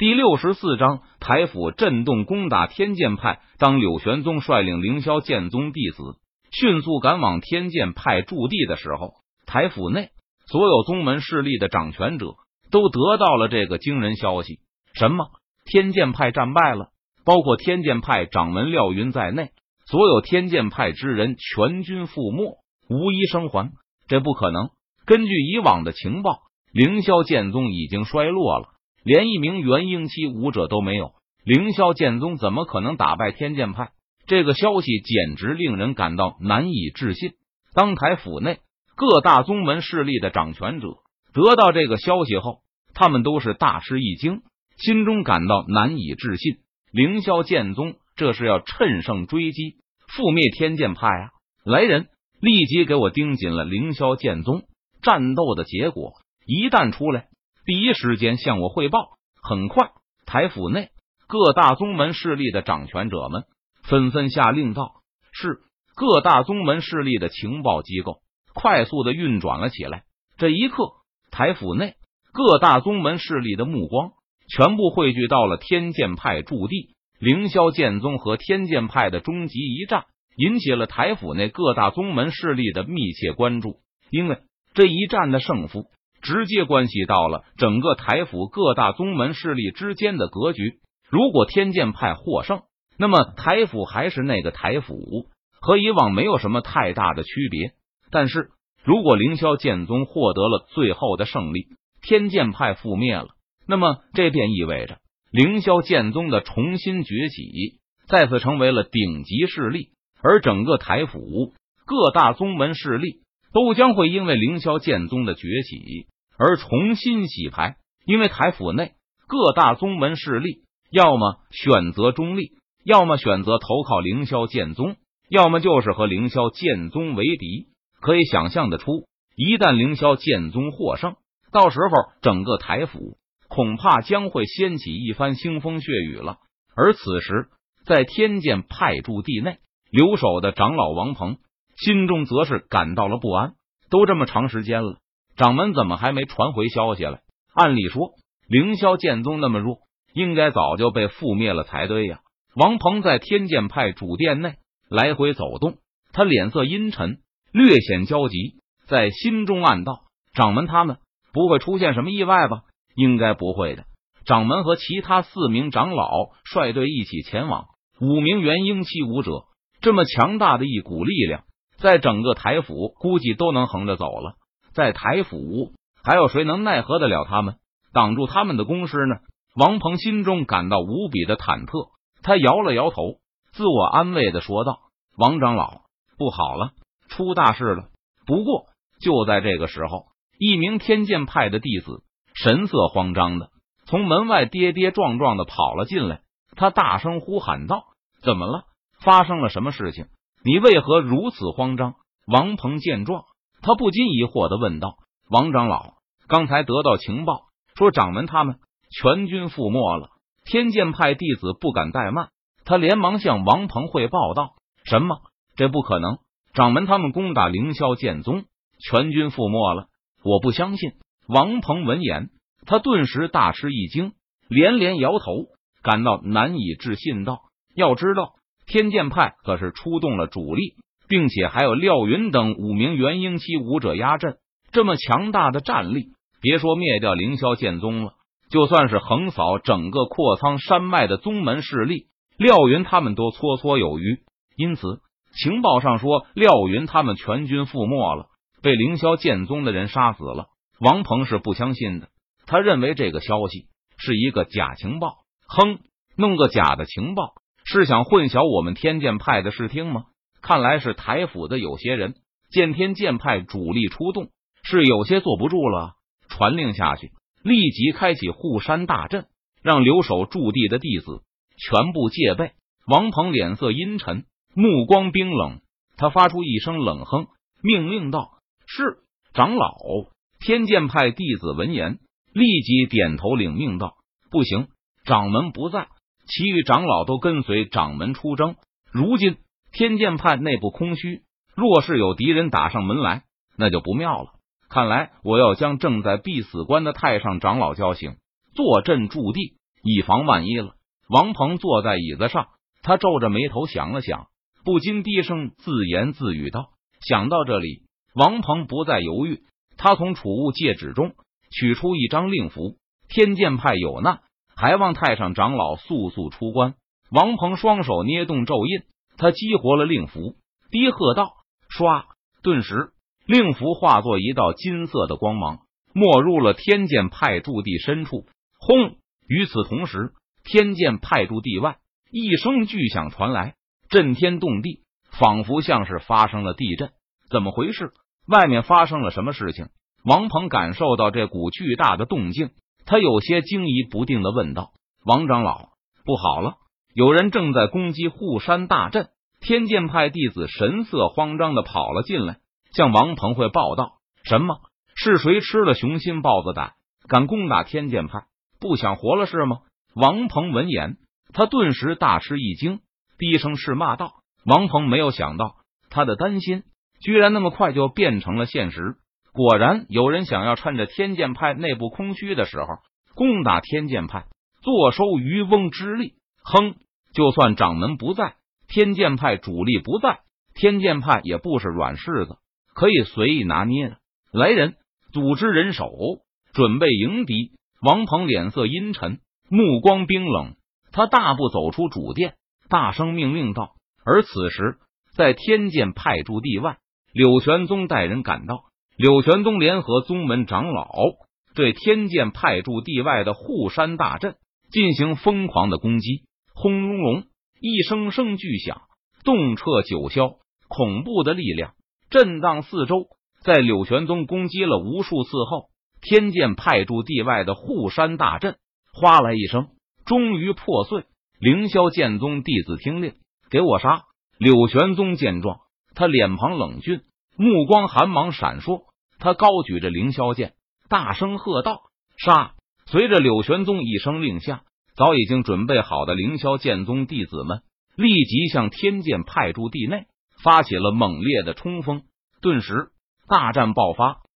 第64章台府震动攻打天剑派。当柳玄宗率领凌霄剑宗弟子迅速赶往天剑派驻地的时候，台府内所有宗门势力的掌权者都得到了这个惊人消息：什么？天剑派战败了？包括天剑派掌门廖云在内，所有天剑派之人全军覆没，无一生还。这不可能！根据以往的情报，凌霄剑宗已经衰落了，连一名元婴期武者都没有。凌霄剑宗怎么可能打败天剑派？这个消息简直令人感到难以置信。当台府内各大宗门势力的掌权者得到这个消息后，他们都是大吃一惊，心中感到难以置信。凌霄剑宗这是要趁胜追击，覆灭天剑派啊！来人，立即给我盯紧了凌霄剑宗战斗的结果，一旦出来，第一时间向我汇报。很快，台府内各大宗门势力的掌权者们纷纷下令道：是。各大宗门势力的情报机构快速的运转了起来。这一刻，台府内各大宗门势力的目光全部汇聚到了天剑派驻地。凌霄剑宗和天剑派的终极一战引起了台府内各大宗门势力的密切关注，因为这一战的胜负直接关系到了整个台府各大宗门势力之间的格局。如果天剑派获胜，那么台府还是那个台府，和以往没有什么太大的区别。但是如果凌霄剑宗获得了最后的胜利，天剑派覆灭了，那么这便意味着凌霄剑宗的重新崛起，再次成为了顶级势力，而整个台府各大宗门势力都将会因为凌霄剑宗的崛起而重新洗牌。因为台府内各大宗门势力要么选择中立，要么选择投靠凌霄剑宗，要么就是和凌霄剑宗为敌。可以想象得出，一旦凌霄剑宗获胜，到时候整个台府恐怕将会掀起一番腥风血雨了。而此时，在天剑派驻地内留守的长老王鹏心中则是感到了不安。都这么长时间了，掌门怎么还没传回消息来？按理说，凌霄剑宗那么弱，应该早就被覆灭了才对呀。王鹏在天剑派主殿内来回走动，他脸色阴沉，略显焦急，在心中暗道：掌门他们不会出现什么意外吧？应该不会的。掌门和其他4名长老率队一起前往，5名元婴期武者，这么强大的一股力量，在整个台府估计都能横着走了。在台府还有谁能奈何得了他们，挡住他们的攻势呢？王鹏心中感到无比的忐忑，他摇了摇头，自我安慰的说道：王长老，不好了，出大事了。不过就在这个时候，一名天剑派的弟子神色慌张的从门外跌跌撞撞的跑了进来，他大声呼喊道：怎么了？发生了什么事情？你为何如此慌张？王鹏见状，他不禁疑惑的问道：王长老，刚才得到情报说掌门他们全军覆没了。天剑派弟子不敢怠慢，他连忙向王鹏汇报道：什么？这不可能！掌门他们攻打凌霄剑宗，全军覆没了！我不相信！王鹏闻言，他顿时大吃一惊，连连摇头，感到难以置信道：要知道，天剑派可是出动了主力，并且还有廖云等5名元婴期武者压阵，这么强大的战力，别说灭掉凌霄剑宗了，就算是横扫整个阔苍山脉的宗门势力，廖云他们都绰绰有余。因此情报上说廖云他们全军覆没了，被凌霄剑宗的人杀死了，王鹏是不相信的，他认为这个消息是一个假情报。哼，弄个假的情报是想混淆我们天剑派的视听吗？看来是台府的有些人见天剑派主力出动，是有些坐不住了。传令下去，立即开启护山大阵，让留守驻地的弟子全部戒备。王鹏脸色阴沉，目光冰冷，他发出一声冷哼，命令道：是，长老。天剑派弟子闻言立即点头领命道：不行，掌门不在，其余长老都跟随掌门出征。如今天剑派内部空虚，若是有敌人打上门来，那就不妙了。看来我要将正在必死关的太上长老叫醒，坐镇驻地， 以防万一了。王鹏坐在椅子上，他皱着眉头想了想，不禁低声自言自语道：想到这里，王鹏不再犹豫，他从储物戒指中取出一张令符，天剑派有难，还望太上长老速速出关。王鹏双手捏动咒印，他激活了令符，低喝道：唰！顿时令符化作一道金色的光芒，没入了天剑派驻地深处。轰！与此同时，天剑派驻地外一声巨响传来，震天动地，仿佛像是发生了地震。怎么回事？外面发生了什么事情？王鹏感受到这股巨大的动静，他有些惊疑不定的问道：王长老，不好了，有人正在攻击护山大阵。天剑派弟子神色慌张的跑了进来，向王鹏会报道：什么？是谁吃了雄心豹子胆，敢攻打天剑派？不想活了是吗？王鹏闻言，他顿时大吃一惊，低声斥骂道：王鹏没有想到，他的担心居然那么快就变成了现实。果然有人想要趁着天剑派内部空虚的时候攻打天剑派，坐收渔翁之利。哼，就算掌门不在，天剑派主力不在，天剑派也不是软柿子，可以随意拿捏的。来人，组织人手，准备迎敌。王鹏脸色阴沉，目光冰冷，他大步走出主殿，大声命令道。而此时在天剑派驻地外，柳玄宗带人赶到，柳玄宗联合宗门长老对天剑派驻地外的护山大阵进行疯狂的攻击。轰隆隆，一声声巨响，动彻九霄，恐怖的力量震荡四周。在柳玄宗攻击了无数次后，天剑派驻地外的护山大阵哗啦一声终于破碎。凌霄剑宗弟子听令，给我杀！柳玄宗见状，他脸庞冷峻，目光寒芒闪烁，他高举着凌霄剑，大声喝道：杀！随着柳玄宗一声令下，早已经准备好的凌霄剑宗弟子们立即向天剑派驻地内发起了猛烈的冲锋。顿时大战爆发，